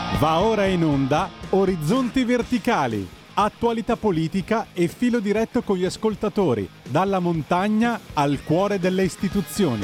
Va ora in onda Orizzonti Verticali, attualità politica e filo diretto con gli ascoltatori, dalla montagna al cuore delle istituzioni.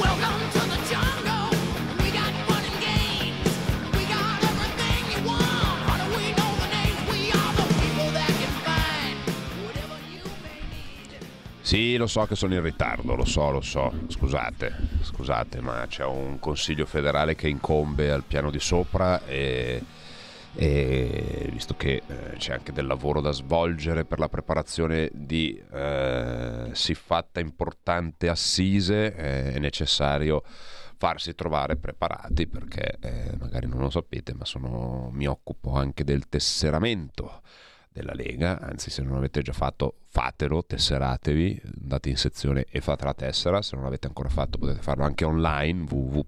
Sì, lo so che sono in ritardo, lo so, scusate, ma c'è un consiglio federale che incombe al piano di sopra e visto che c'è anche del lavoro da svolgere per la preparazione di siffatta importante assise, è necessario farsi trovare preparati, perché magari non lo sapete, ma mi occupo anche del tesseramento della Lega. Anzi, se non l'avete già fatto, fatelo, tesseratevi, andate in sezione e fate la tessera. Se non l'avete ancora fatto, potete farlo anche online,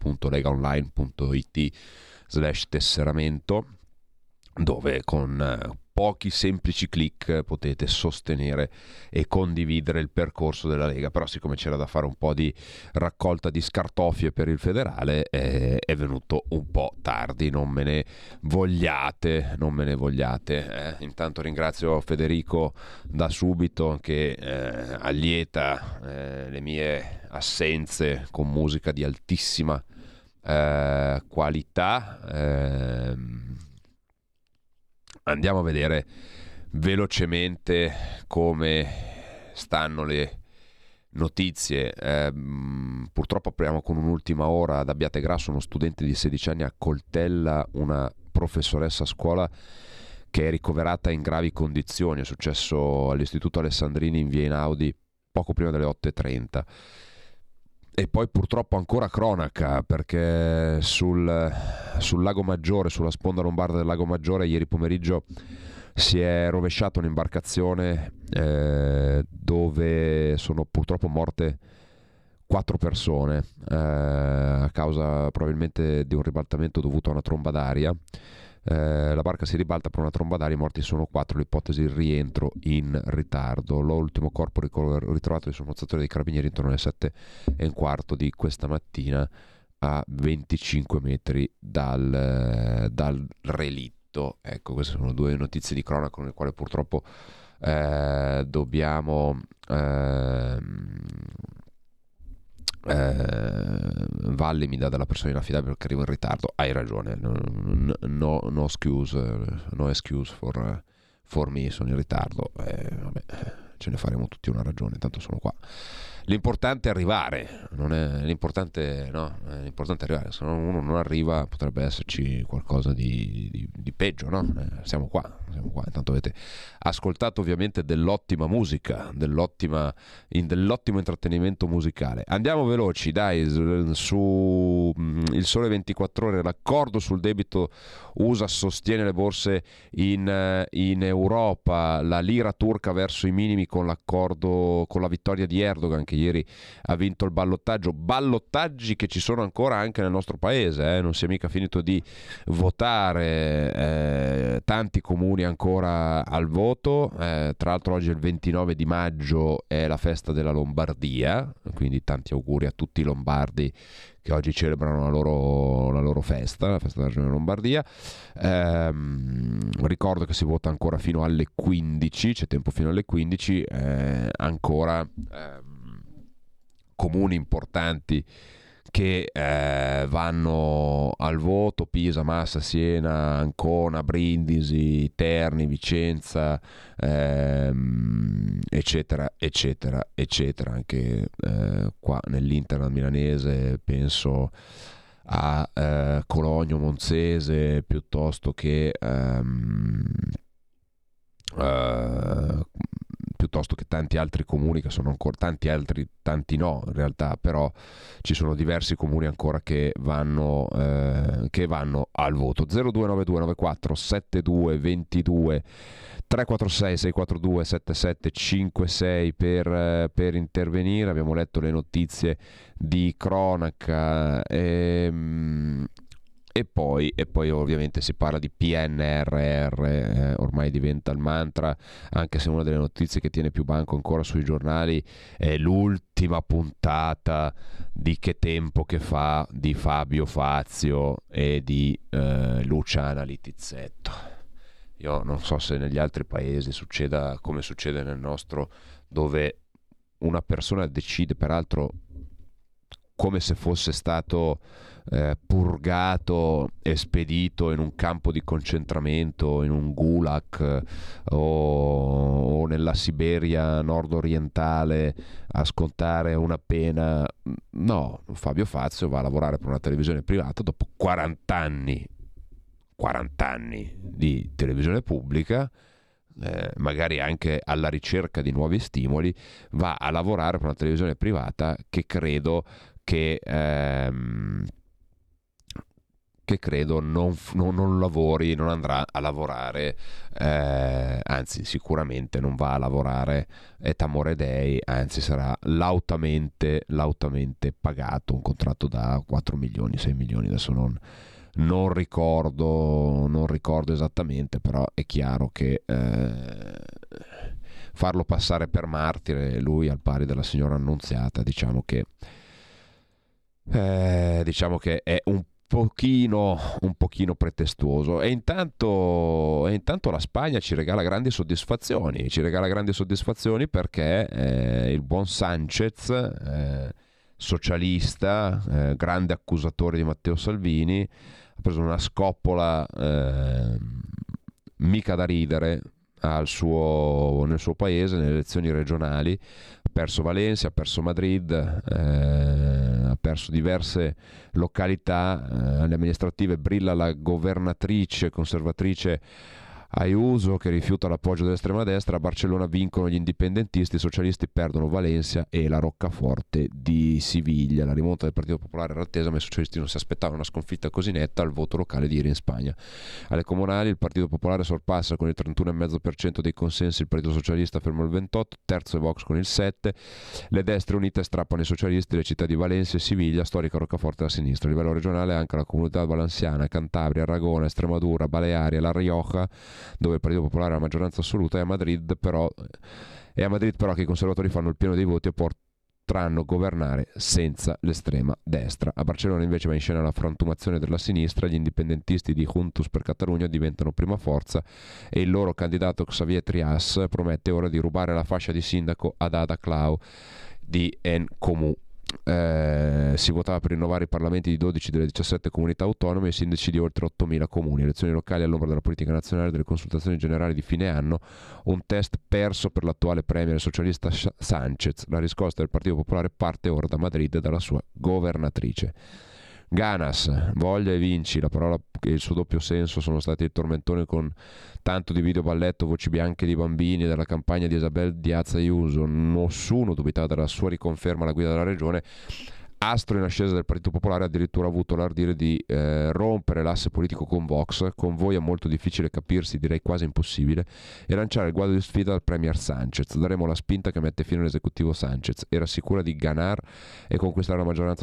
www.legaonline.it/tesseramento, dove con pochi semplici click potete sostenere e condividere il percorso della Lega. Però siccome c'era da fare un po' di raccolta di scartoffie per il federale, è venuto un po' tardi, non me ne vogliate. Intanto ringrazio Federico da subito, che allieta le mie assenze con musica di altissima qualità. Andiamo a vedere velocemente come stanno le notizie. Purtroppo apriamo con un'ultima ora. Ad Abbiategrasso uno studente di 16 anni accoltella una professoressa a scuola che è ricoverata in gravi condizioni. È successo all'Istituto Alessandrini in via Einaudi poco prima delle 8:30. E poi purtroppo ancora cronaca, perché sul Lago Maggiore, sulla sponda lombarda del Lago Maggiore, ieri pomeriggio si è rovesciata un'imbarcazione dove sono purtroppo morte 4 persone a causa probabilmente di un ribaltamento dovuto a una tromba d'aria. La barca si ribalta per una tromba d'aria, i morti sono 4, l'ipotesi il rientro in ritardo. L'ultimo corpo ritrovato dai sommozzatori dei carabinieri intorno alle 7:15 di questa mattina, a 25 metri dal relitto. Ecco, queste sono due notizie di cronaca con le quali purtroppo dobbiamo Valli mi dà della persona inaffidabile perché arrivo in ritardo. Hai ragione, no excuse for me, sono in ritardo. Vabbè, ce ne faremo tutti una ragione, tanto sono qua. L'importante è arrivare, l'importante è arrivare. Se uno non arriva, potrebbe esserci qualcosa di peggio, no? Siamo qua. Intanto avete ascoltato ovviamente dell'ottima musica, dell'ottimo intrattenimento musicale. Andiamo veloci, dai, su Il Sole 24 Ore. L'accordo sul debito USA sostiene le borse in Europa. La lira turca verso i minimi con la vittoria di Erdogan, che ieri ha vinto il ballottaggi che ci sono ancora anche nel nostro paese, non si è mica finito di votare, tanti comuni ancora al voto. Tra l'altro oggi è il 29 di maggio, è la festa della Lombardia, quindi tanti auguri a tutti i lombardi che oggi celebrano la loro festa, la festa della Regione Lombardia. Ricordo che si vota ancora fino alle 15, c'è tempo fino alle 15, ancora comuni importanti che vanno al voto: Pisa, Massa, Siena, Ancona, Brindisi, Terni, Vicenza, eccetera. Anche qua nell'Interland milanese penso a Cologno, Monzese, piuttosto che tanti altri comuni che sono ancora tanti no in realtà, però ci sono diversi comuni ancora che vanno al voto. 0292947222 346 642 7756 per intervenire. Abbiamo letto le notizie di cronaca E poi ovviamente si parla di PNRR, ormai diventa il mantra, anche se una delle notizie che tiene più banco ancora sui giornali è l'ultima puntata di Che tempo che fa di Fabio Fazio e di Luciana Littizzetto. Io non so se negli altri paesi succeda come succede nel nostro, dove una persona decide, peraltro come se fosse stato purgato e spedito in un campo di concentramento, in un gulag o nella Siberia nord-orientale a scontare una pena. No, Fabio Fazio va a lavorare per una televisione privata dopo 40 anni di televisione pubblica, magari anche alla ricerca di nuovi stimoli, va a lavorare per una televisione privata che credo non lavori, non andrà a lavorare, anzi sicuramente non va a lavorare et amore dei, anzi sarà lautamente pagato, un contratto da 4 milioni, 6 milioni, adesso non ricordo esattamente, però è chiaro che farlo passare per martire, lui al pari della signora Annunziata, diciamo che è un pochino pretestuoso. E intanto la Spagna ci regala grandi soddisfazioni perché il buon Sanchez, socialista, grande accusatore di Matteo Salvini, ha preso una scoppola mica da ridere nel suo paese, nelle elezioni regionali. Ha perso Valencia, ha perso Madrid, ha perso diverse località alle amministrative. Brilla la governatrice conservatrice Ayuso, che rifiuta l'appoggio dell'estrema destra. A Barcellona vincono gli indipendentisti, i socialisti perdono Valencia e la roccaforte di Siviglia. La rimonta del Partito Popolare era attesa, ma i socialisti non si aspettavano una sconfitta così netta al voto locale di ieri in Spagna. Alle comunali il Partito Popolare sorpassa con il 31,5% dei consensi il Partito Socialista, fermo il 28%, terzo è Vox con il 7%. Le destre unite strappano i socialisti le città di Valencia e Siviglia, storica roccaforte della sinistra. A livello regionale anche la Comunità Valenciana, Cantabria, Aragona, Estremadura, Baleari e La Rioja, dove il Partito Popolare ha la maggioranza assoluta, e a Madrid però che i conservatori fanno il pieno dei voti e potranno governare senza l'estrema destra. A Barcellona invece va in scena la frantumazione della sinistra, gli indipendentisti di Juntos per Catalunya diventano prima forza e il loro candidato Xavier Trias promette ora di rubare la fascia di sindaco ad Ada Colau di En Comú. Si votava per rinnovare i parlamenti di 12 delle 17 comunità autonome e i sindaci di oltre 8.000 comuni. Elezioni locali all'ombra della politica nazionale, delle consultazioni generali di fine anno, un test perso per l'attuale premier socialista Sánchez. La riscossa del Partito Popolare parte ora da Madrid e dalla sua governatrice. Ganas, voglia e vinci, la parola e il suo doppio senso sono stati il tormentone con tanto di video balletto, voci bianche di bambini della campagna di Isabel Díaz Ayuso. Nessuno dubitava della sua riconferma alla guida della regione. Astro in ascesa del Partito Popolare ha addirittura avuto l'ardire di rompere l'asse politico con Vox. Con voi è molto difficile capirsi, direi quasi impossibile, e lanciare il guado di sfida al premier Sánchez. Daremo la spinta che mette fine all'esecutivo Sánchez. Era sicura di ganar e conquistare la maggioranza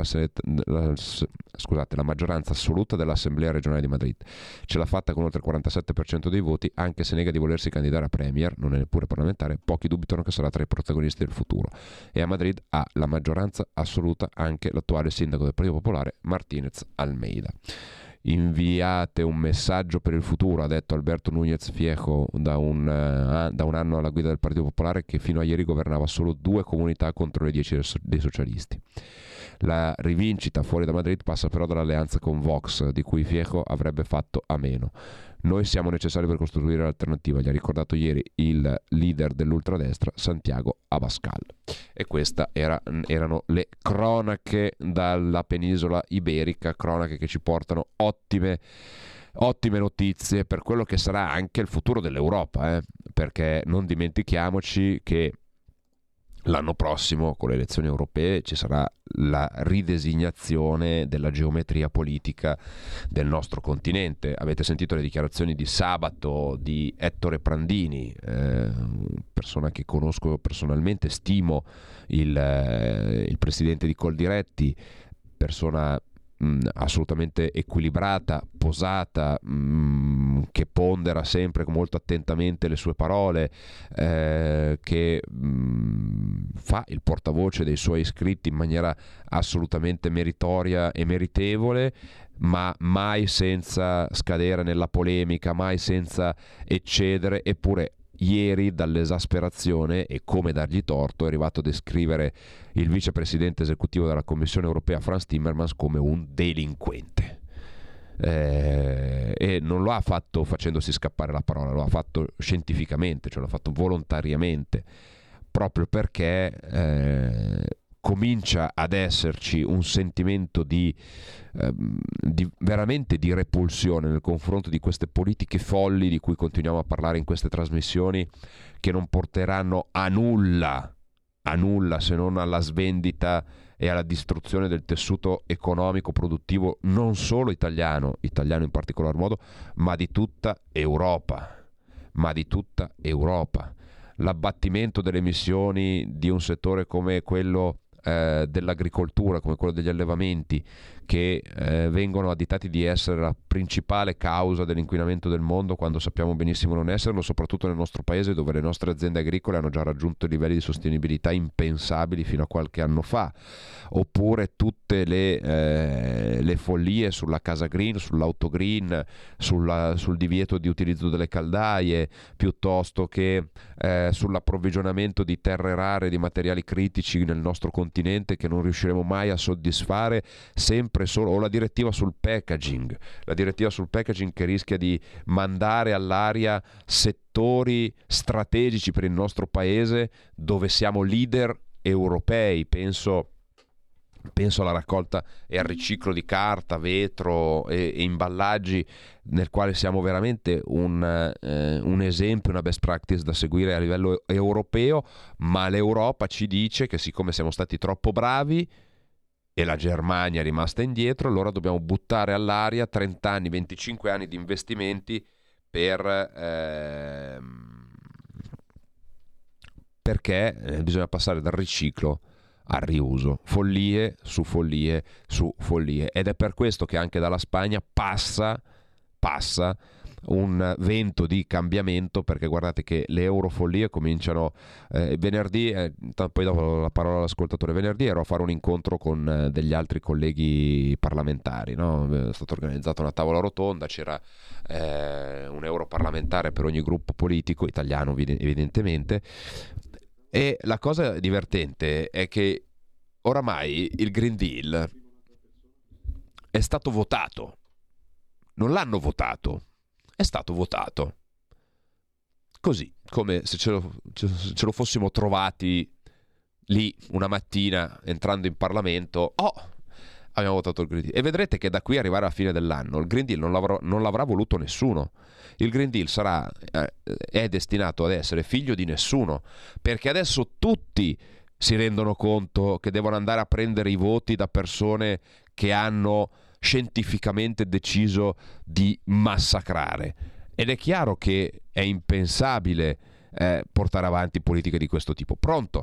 la maggioranza assoluta dell'Assemblea regionale di Madrid. Ce l'ha fatta con oltre il 47% dei voti, anche se nega di volersi candidare a premier, non è neppure parlamentare. Pochi dubitano che sarà tra i protagonisti del futuro. E a Madrid ha la maggioranza assoluta anche l'attuale sindaco del Partito Popolare, Martínez Almeida. Inviate un messaggio per il futuro, ha detto Alberto Núñez Feijóo da un anno alla guida del Partito Popolare, che fino a ieri governava solo 2 comunità contro le 10 dei socialisti. La rivincita fuori da Madrid passa però dall'alleanza con Vox, di cui Feijóo avrebbe fatto a meno. Noi siamo necessari per costruire l'alternativa, gli ha ricordato ieri il leader dell'ultradestra Santiago Abascal. E queste erano le cronache dalla penisola iberica, cronache che ci portano ottime notizie per quello che sarà anche il futuro dell'Europa, perché non dimentichiamoci che l'anno prossimo, con le elezioni europee, ci sarà la ridesignazione della geometria politica del nostro continente. Avete sentito le dichiarazioni di sabato di Ettore Prandini, persona che conosco personalmente, stimo il presidente di Coldiretti, persona assolutamente equilibrata, posata, che pondera sempre molto attentamente le sue parole, che fa il portavoce dei suoi iscritti in maniera assolutamente meritoria e meritevole, ma mai senza scadere nella polemica, mai senza eccedere. Eppure ieri, dall'esasperazione, e come dargli torto, è arrivato a descrivere il vicepresidente esecutivo della Commissione europea Frans Timmermans come un delinquente. E non lo ha fatto facendosi scappare la parola, lo ha fatto scientificamente, cioè l'ha fatto volontariamente, proprio perché comincia ad esserci un sentimento di veramente di repulsione nei confronto di queste politiche folli di cui continuiamo a parlare in queste trasmissioni, che non porteranno a nulla se non alla svendita e alla distruzione del tessuto economico produttivo, non solo italiano in particolar modo, ma di tutta Europa. L'abbattimento delle emissioni di un settore come quello dell'agricoltura, come quello degli allevamenti, che vengono additati di essere la principale causa dell'inquinamento del mondo, quando sappiamo benissimo non esserlo, soprattutto nel nostro paese, dove le nostre aziende agricole hanno già raggiunto livelli di sostenibilità impensabili fino a qualche anno fa. Oppure tutte le follie sulla casa green, sull'auto green, sul divieto di utilizzo delle caldaie, piuttosto che sull'approvvigionamento di terre rare, di materiali critici nel nostro continente, che non riusciremo mai a soddisfare, sempre solo. O la direttiva sul packaging che rischia di mandare all'aria settori strategici per il nostro paese, dove siamo leader europei. Penso alla raccolta e al riciclo di carta, vetro e imballaggi, nel quale siamo veramente un esempio, una best practice da seguire a livello europeo, ma l'Europa ci dice che siccome siamo stati troppo bravi e la Germania è rimasta indietro, allora dobbiamo buttare all'aria 30 anni, 25 anni di investimenti perché bisogna passare dal riciclo al riuso. Follie su follie su follie. Ed è per questo che anche dalla Spagna passa un vento di cambiamento, perché guardate che le eurofollie cominciano venerdì, poi dopo la parola all'ascoltatore. Venerdì ero a fare un incontro con degli altri colleghi parlamentari, no? È stata organizzata una tavola rotonda, c'era un europarlamentare per ogni gruppo politico, italiano evidentemente. E la cosa divertente è che oramai il Green Deal è stato votato. Non l'hanno votato, è stato votato. Così, come se ce lo fossimo trovati lì una mattina entrando in Parlamento. Abbiamo votato il Green Deal. E vedrete che da qui a arrivare alla fine dell'anno il Green Deal non l'avrà voluto nessuno. Il Green Deal è destinato ad essere figlio di nessuno, perché adesso tutti si rendono conto che devono andare a prendere i voti da persone che hanno scientificamente deciso di massacrare. Ed è chiaro che è impensabile portare avanti politiche di questo tipo. Pronto?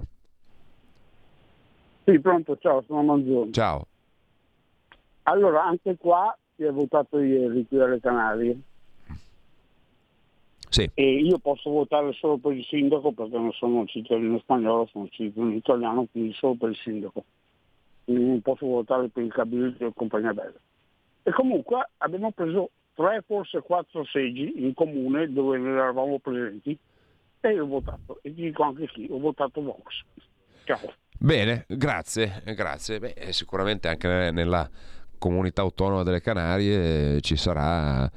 Sì, pronto, ciao, sono Manzoni. Ciao. Allora, anche qua si è votato ieri qui alle Canarie. Sì. E io posso votare solo per il sindaco, perché non sono un cittadino spagnolo, sono un cittadino italiano, quindi solo per il sindaco. Quindi non posso votare per il cabildo e compagnia bella. E comunque abbiamo preso 3, forse 4 seggi in comune dove ne eravamo presenti, e io ho votato. E ti dico anche chi, ho votato Vox. Ciao. Bene, grazie. Beh, sicuramente anche nella comunità autonoma delle Canarie ci sarà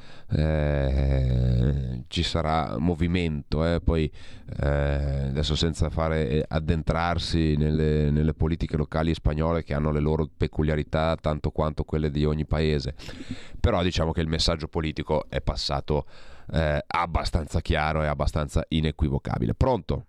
movimento, poi adesso, senza addentrarsi nelle politiche locali spagnole, che hanno le loro peculiarità tanto quanto quelle di ogni paese, però diciamo che il messaggio politico è passato abbastanza chiaro e abbastanza inequivocabile. Pronto?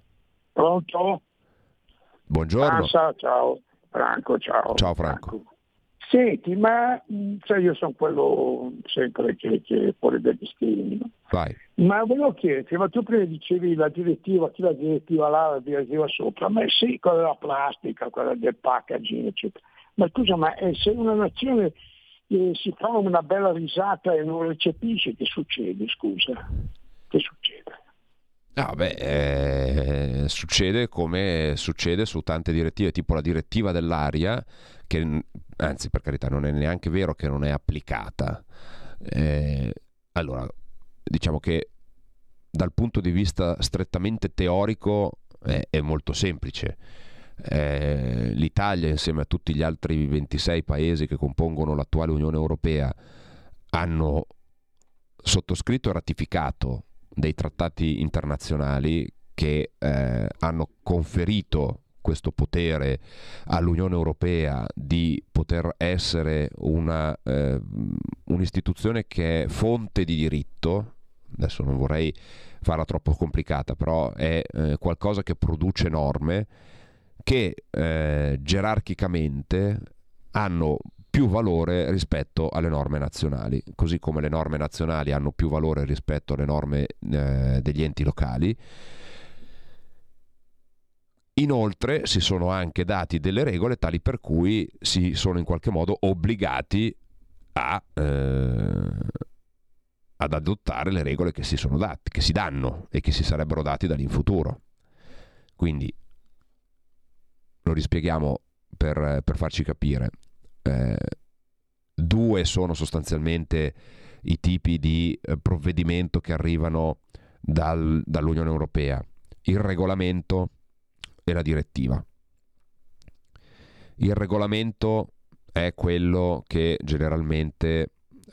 Buongiorno. Ciao Franco, ciao. Ciao Franco. Senti, ma io sono quello sempre che fuori dagli schemi, no? Vai. Ma volevo chiederti, ma tu prima dicevi la direttiva là, la direttiva sopra, ma sì, quella della plastica, quella del packaging, eccetera. Ma scusa, ma se una nazione si fa una bella risata e non recepisce, che succede? Scusa, che succede? Succede come succede su tante direttive, tipo la direttiva dell'aria, che anzi, per carità, non è neanche vero che non è applicata. Allora, diciamo che dal punto di vista strettamente teorico è molto semplice. L'Italia, insieme a tutti gli altri 26 paesi che compongono l'attuale Unione Europea, hanno sottoscritto e ratificato dei trattati internazionali che hanno conferito questo potere all'Unione Europea di poter essere un'istituzione che è fonte di diritto. Adesso non vorrei farla troppo complicata, però è qualcosa che produce norme che gerarchicamente hanno più valore rispetto alle norme nazionali, così come le norme nazionali hanno più valore rispetto alle norme degli enti locali. Inoltre si sono anche dati delle regole tali per cui si sono in qualche modo obbligati ad adottare le regole che si sono date, che si danno e che si sarebbero dati da lì in futuro. Quindi lo rispieghiamo per farci capire. Due sono sostanzialmente i tipi di provvedimento che arrivano dall'Unione Europea: il regolamento e la direttiva. Il regolamento è quello che generalmente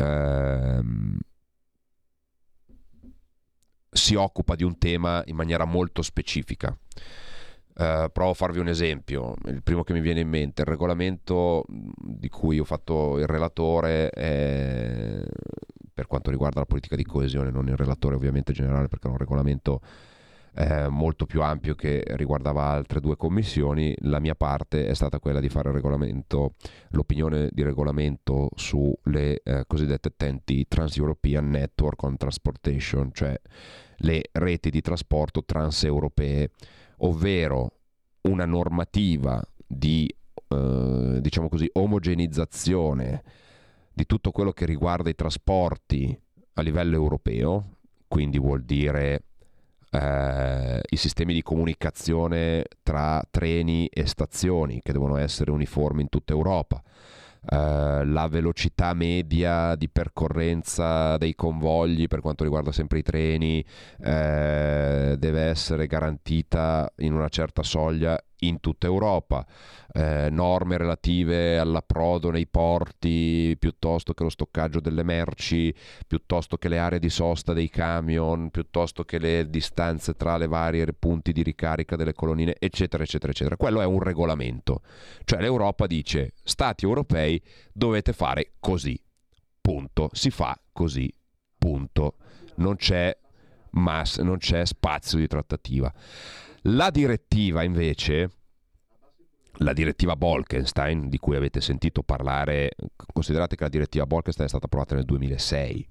si occupa di un tema in maniera molto specifica. Provo a farvi un esempio, il primo che mi viene in mente: il regolamento di cui ho fatto il relatore per quanto riguarda la politica di coesione, non il relatore ovviamente generale, perché è un regolamento molto più ampio che riguardava altre due commissioni. La mia parte è stata quella di fare l'opinione di regolamento sulle cosiddette TEN-T, Trans-European Network on Transportation, cioè le reti di trasporto transeuropee, ovvero una normativa di diciamo così omogenizzazione di tutto quello che riguarda i trasporti a livello europeo. Quindi vuol dire i sistemi di comunicazione tra treni e stazioni che devono essere uniformi in tutta Europa, la velocità media di percorrenza dei convogli per quanto riguarda sempre i treni deve essere garantita in una certa soglia in tutta Europa, norme relative all'approdo nei porti, piuttosto che lo stoccaggio delle merci, piuttosto che le aree di sosta dei camion, piuttosto che le distanze tra le varie punti di ricarica delle colonnine, eccetera eccetera eccetera. Quello è un regolamento, cioè l'Europa dice: stati europei, dovete fare così, punto, si fa così, punto, non c'è spazio di trattativa. La direttiva invece, la direttiva Bolkestein, di cui avete sentito parlare, considerate che la direttiva Bolkestein è stata approvata nel 2006.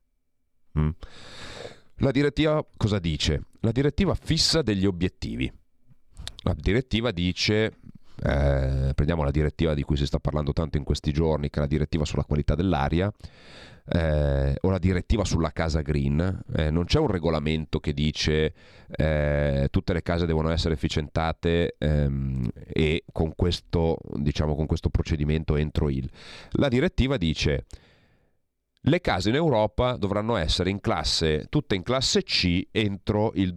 La direttiva cosa dice? La direttiva fissa degli obiettivi. La direttiva dice, prendiamo la direttiva di cui si sta parlando tanto in questi giorni, che è la direttiva sulla qualità dell'aria, o la direttiva sulla casa green. Non c'è un regolamento che dice tutte le case devono essere efficientate e con questo procedimento entro la direttiva dice: le case in Europa dovranno essere tutte in classe C entro il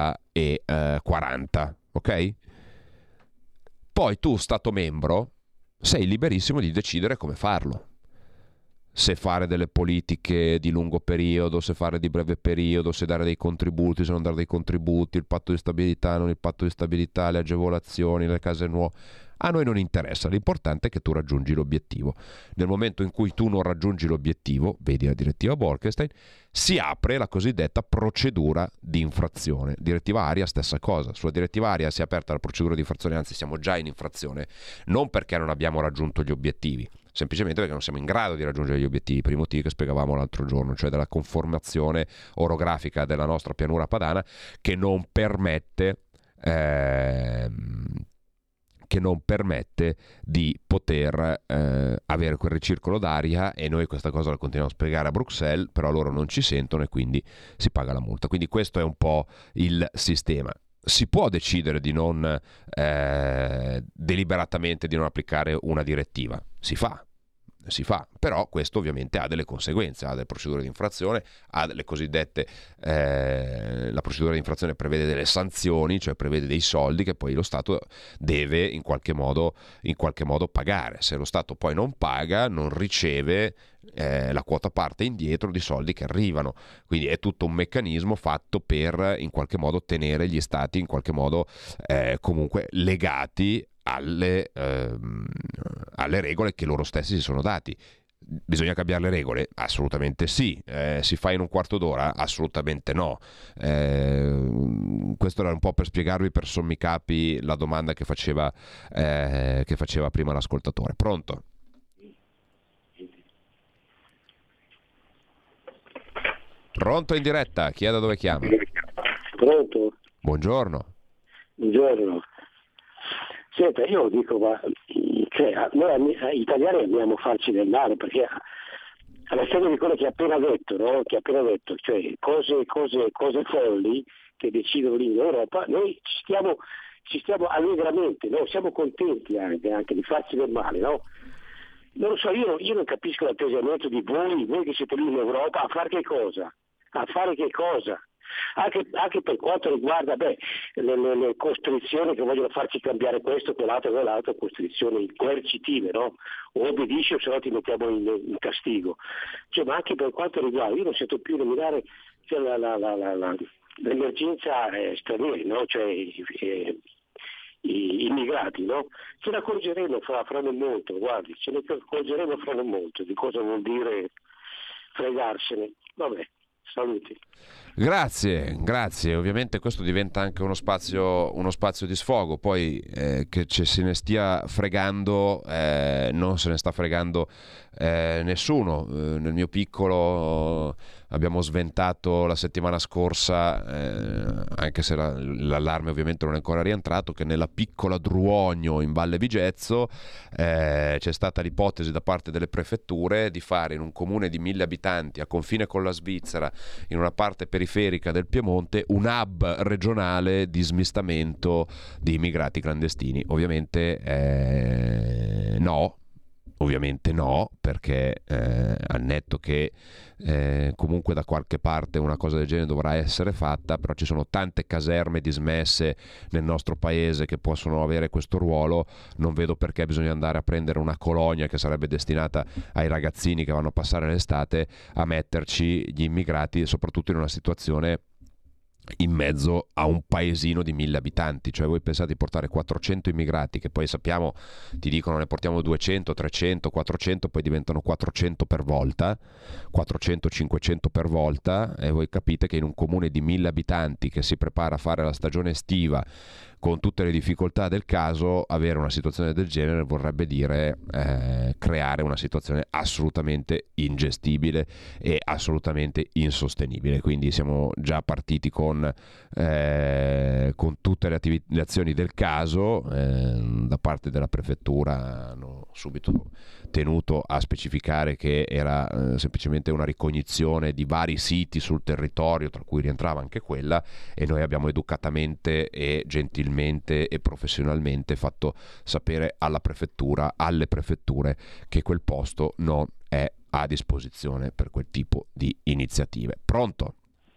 2040, ok? Poi tu, Stato membro, sei liberissimo di decidere come farlo. Se fare delle politiche di lungo periodo, se fare di breve periodo, se dare dei contributi, se non dare dei contributi, il patto di stabilità, non il patto di stabilità, le agevolazioni, le case nuove. A noi non interessa, l'importante è che tu raggiungi l'obiettivo. Nel momento in cui tu non raggiungi l'obiettivo, vedi la direttiva Bolkestein, si apre la cosiddetta procedura di infrazione. Direttiva Aria, stessa cosa. Sulla direttiva Aria si è aperta la procedura di infrazione, anzi siamo già in infrazione, non perché non abbiamo raggiunto gli obiettivi, semplicemente perché non siamo in grado di raggiungere gli obiettivi, per i motivi che spiegavamo l'altro giorno, cioè della conformazione orografica della nostra pianura padana, che non permette che non permette di poter avere quel ricircolo d'aria, e noi questa cosa la continuiamo a spiegare a Bruxelles, però loro non ci sentono e quindi si paga la multa. Quindi questo è un po' il sistema. Si può decidere di non deliberatamente di non applicare una direttiva, si fa, però questo ovviamente ha delle conseguenze, ha delle procedure di infrazione, ha delle cosiddette la procedura di infrazione prevede delle sanzioni, cioè prevede dei soldi che poi lo Stato deve in qualche modo pagare. Se lo Stato poi non paga, non riceve la quota parte indietro di soldi che arrivano. Quindi è tutto un meccanismo fatto per in qualche modo tenere gli Stati in qualche modo comunque legati alle regole che loro stessi si sono dati. Bisogna cambiare le regole? Assolutamente sì. Si fa in un quarto d'ora? Assolutamente no. Questo era un po' per spiegarvi per sommi capi la domanda che faceva prima l'ascoltatore. Pronto? Pronto, in diretta? Chi è, da dove chiama? Pronto? Buongiorno. Buongiorno. Senta, io dico, noi italiani dobbiamo farci del male, perché alla serie di quello che ha appena detto, no? Cioè cose folli che decidono lì in Europa, noi ci stiamo allegramente, no? Siamo contenti anche di farci del male, no? Non lo so, io non capisco l'atteggiamento di voi che siete lì in Europa a fare che cosa? A fare che cosa? Anche per quanto riguarda le costrizioni che vogliono farci cambiare questo, quell'altro, costrizioni coercitive, no? O obbedisci o se no ti mettiamo in castigo. Cioè, ma anche per quanto riguarda, io non sento più nominare l'emergenza stranieri, no? Cioè i immigrati, no? Ce ne accorgeremo fra non molto, guardi, ce ne accorgeremo fra non molto di cosa vuol dire fregarsene. Vabbè, saluti. Grazie. Ovviamente questo diventa anche uno spazio di sfogo. Poi che se ne stia fregando, non se ne sta fregando nessuno. Nel mio piccolo abbiamo sventato la settimana scorsa, anche se l'allarme ovviamente non è ancora rientrato, che nella piccola Druogno in Valle Vigezzo c'è stata l'ipotesi da parte delle prefetture di fare in un comune di 1000 abitanti a confine con la Svizzera, in una parte periferica del Piemonte, un hub regionale di smistamento di immigrati clandestini. Ovviamente no, perché al netto che comunque da qualche parte una cosa del genere dovrà essere fatta, però ci sono tante caserme dismesse nel nostro paese che possono avere questo ruolo. Non vedo perché bisogna andare a prendere una colonia che sarebbe destinata ai ragazzini che vanno a passare l'estate a metterci gli immigrati, soprattutto in una situazione in mezzo a un paesino di 1000 abitanti. Cioè voi pensate di portare 400 immigrati, che poi sappiamo, ti dicono ne portiamo 200, 300, 400, poi diventano 400 per volta, 400, 500 per volta, e voi capite che in un comune di 1000 abitanti che si prepara a fare la stagione estiva con tutte le difficoltà del caso, avere una situazione del genere vorrebbe dire creare una situazione assolutamente ingestibile e assolutamente insostenibile. Quindi siamo già partiti con tutte le azioni del caso. Da parte della prefettura hanno subito tenuto a specificare che era semplicemente una ricognizione di vari siti sul territorio, tra cui rientrava anche quella, e noi abbiamo educatamente e gentilmente e professionalmente fatto sapere alle prefetture che quel posto non è a disposizione per quel tipo di iniziative. Pronto?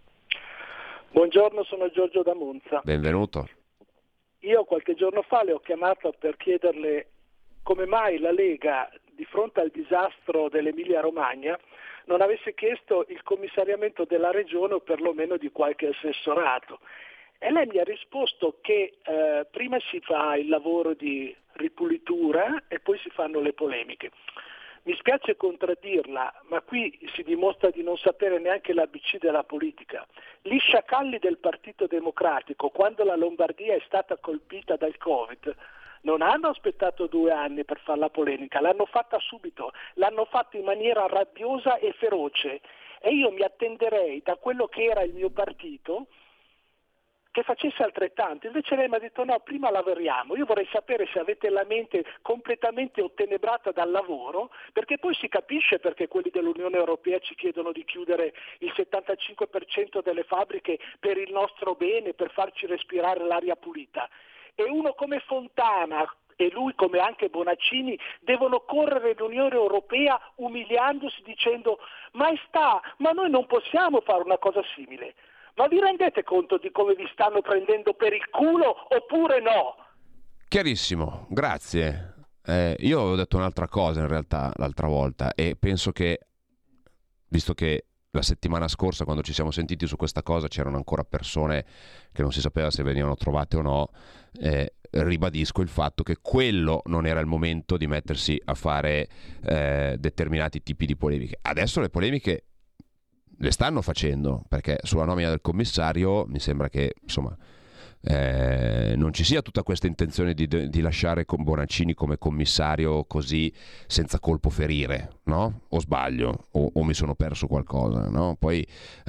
Buongiorno, sono Giorgio da Monza. Benvenuto. Io qualche giorno fa le ho chiamato per chiederle come mai la Lega, di fronte al disastro dell'Emilia Romagna, non avesse chiesto il commissariamento della regione o perlomeno di qualche assessorato. E lei mi ha risposto che prima si fa il lavoro di ripulitura e poi si fanno le polemiche. Mi spiace contraddirla, ma qui si dimostra di non sapere neanche l'ABC della politica. Gli sciacalli del Partito Democratico, quando la Lombardia è stata colpita dal Covid, non hanno aspettato 2 anni per fare la polemica, l'hanno fatta subito, l'hanno fatta in maniera rabbiosa e feroce. E io mi attenderei da quello che era il mio partito che facesse altrettanto. Invece lei mi ha detto no, prima lavoriamo. Io vorrei sapere se avete la mente completamente ottenebrata dal lavoro, perché poi si capisce perché quelli dell'Unione Europea ci chiedono di chiudere il 75% delle fabbriche per il nostro bene, per farci respirare l'aria pulita. E uno come Fontana e lui come anche Bonaccini devono correre l'Unione Europea umiliandosi dicendo maestà, ma noi non possiamo fare una cosa simile. Ma vi rendete conto di come vi stanno prendendo per il culo oppure no? Chiarissimo, grazie. Io avevo detto un'altra cosa in realtà l'altra volta e penso che, visto che la settimana scorsa quando ci siamo sentiti su questa cosa c'erano ancora persone che non si sapeva se venivano trovate o no, ribadisco il fatto che quello non era il momento di mettersi a fare determinati tipi di polemiche. Adesso le polemiche le stanno facendo, perché sulla nomina del commissario mi sembra che insomma non ci sia tutta questa intenzione di lasciare con Bonaccini come commissario così senza colpo ferire, no? O sbaglio o mi sono perso qualcosa, no? Poi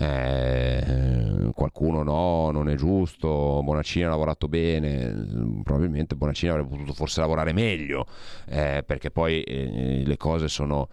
qualcuno no, non è giusto, Bonaccini ha lavorato bene, probabilmente Bonaccini avrebbe potuto forse lavorare meglio, perché poi le cose sono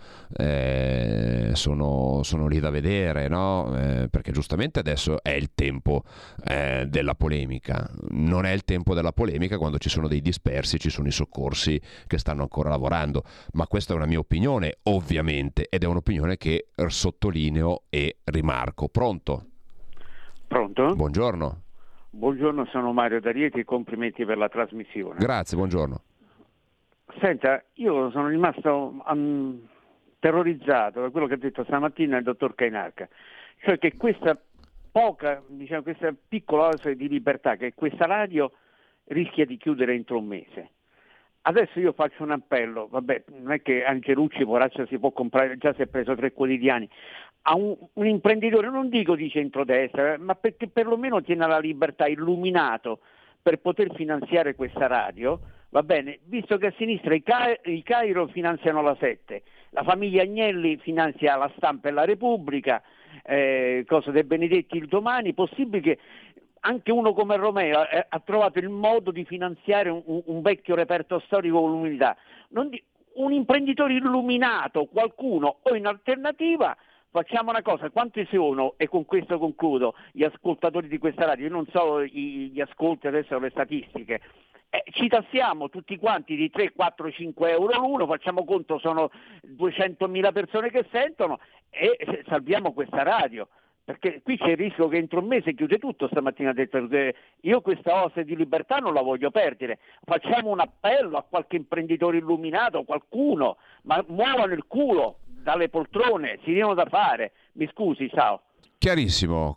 lì da vedere, no? Perché giustamente adesso è il tempo della polemica. Non è il tempo della polemica quando ci sono dei dispersi, ci sono i soccorsi che stanno ancora lavorando, ma questa è una mia opinione ovviamente ed è un'opinione che sottolineo e rimarco. Pronto? Pronto? Buongiorno. Buongiorno, sono Mario D'Arieti, complimenti per la trasmissione. Grazie, buongiorno. Senta, io sono rimasto terrorizzato da quello che ha detto stamattina il dottor Cainarca, cioè che questa questa piccola oasi di libertà che questa radio rischia di chiudere entro un mese. Adesso io faccio un appello, vabbè, non è che Angelucci, poraccia, si può comprare, già si è preso 3 quotidiani, a un imprenditore, non dico di centrodestra, ma perché perlomeno tiene la libertà, illuminato, per poter finanziare questa radio, va bene, visto che a sinistra i Cairo finanziano la 7, la famiglia Agnelli finanzia la Stampa e la Repubblica, cosa De Benedetti il Domani, possibile che anche uno come Romeo ha trovato il modo di finanziare un vecchio reperto storico con l'Unità. Un imprenditore illuminato, qualcuno, o in alternativa facciamo una cosa, quanti sono, e con questo concludo, gli ascoltatori di questa radio, io non so gli ascolti adesso le statistiche, ci tassiamo tutti quanti di 3, 4, 5 euro l'uno, facciamo conto, sono 200.000 persone che sentono e salviamo questa radio, perché qui c'è il rischio che entro un mese chiude tutto. Stamattina ha detto che io questa oasi di libertà non la voglio perdere, facciamo un appello a qualche imprenditore illuminato, qualcuno, ma muovano il culo dalle poltrone, si diano da fare. Mi scusi, ciao. Chiarissimo.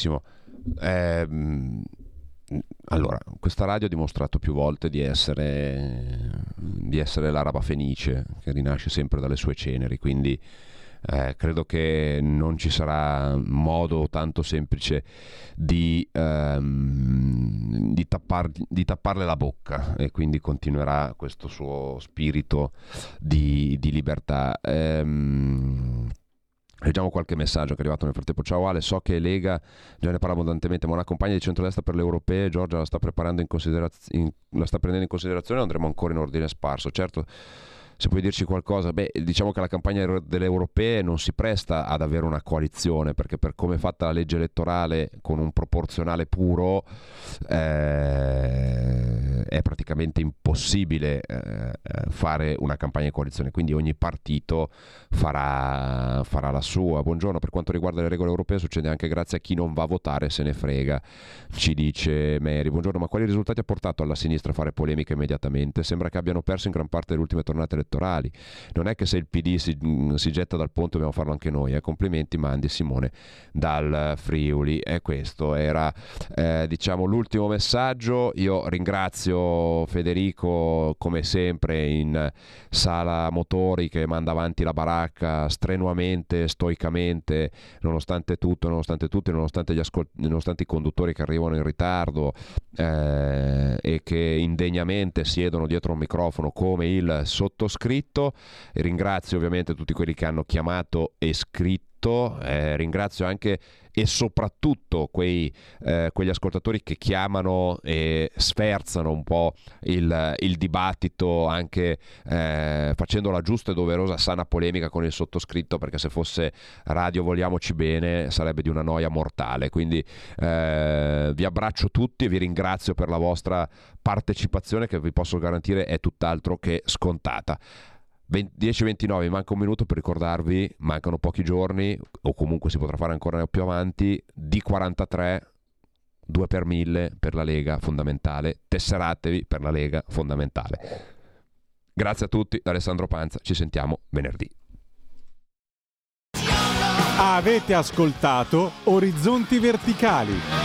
Allora, questa radio ha dimostrato più volte di essere l'araba fenice che rinasce sempre dalle sue ceneri, quindi credo che non ci sarà modo tanto semplice di tapparle la bocca, e quindi continuerà questo suo spirito di libertà. Leggiamo qualche messaggio che è arrivato nel frattempo. Ciao Ale, so che Lega già ne parla abbondantemente, ma una campagna di centrodestra per le europee, Giorgia la sta prendendo in considerazione, o andremo ancora in ordine sparso? Certo, se puoi dirci qualcosa, diciamo che la campagna delle europee non si presta ad avere una coalizione, perché per come è fatta la legge elettorale con un proporzionale puro è praticamente impossibile fare una campagna di coalizione, quindi ogni partito farà la sua. Buongiorno, per quanto riguarda le regole europee succede anche grazie a chi non va a votare, se ne frega, ci dice Mary. Buongiorno, ma quali risultati ha portato alla sinistra a fare polemica immediatamente? Sembra che abbiano perso in gran parte delle ultime tornate elettorali. Non è che se il PD si getta dal ponte dobbiamo farlo anche noi. Complimenti, mandi Simone dal Friuli. E questo era diciamo l'ultimo messaggio. Io ringrazio Federico come sempre in sala motori, che manda avanti la baracca strenuamente, stoicamente, nonostante tutto, nonostante i conduttori che arrivano in ritardo e che indegnamente siedono dietro un microfono come il sottoscritto. E ringrazio ovviamente tutti quelli che hanno chiamato e scritto molto, ringrazio anche e soprattutto quegli ascoltatori che chiamano e sferzano un po' il dibattito, anche facendo la giusta e doverosa sana polemica con il sottoscritto, perché se fosse Radio Vogliamoci Bene sarebbe di una noia mortale. Quindi vi abbraccio tutti e vi ringrazio per la vostra partecipazione, che vi posso garantire è tutt'altro che scontata. 10:29, manca un minuto per ricordarvi, mancano pochi giorni, o comunque si potrà fare ancora più avanti, D43, 2 per 1000 per la Lega, fondamentale, tesseratevi per la Lega, fondamentale. Grazie a tutti, da Alessandro Panza, ci sentiamo venerdì. Avete ascoltato Orizzonti Verticali.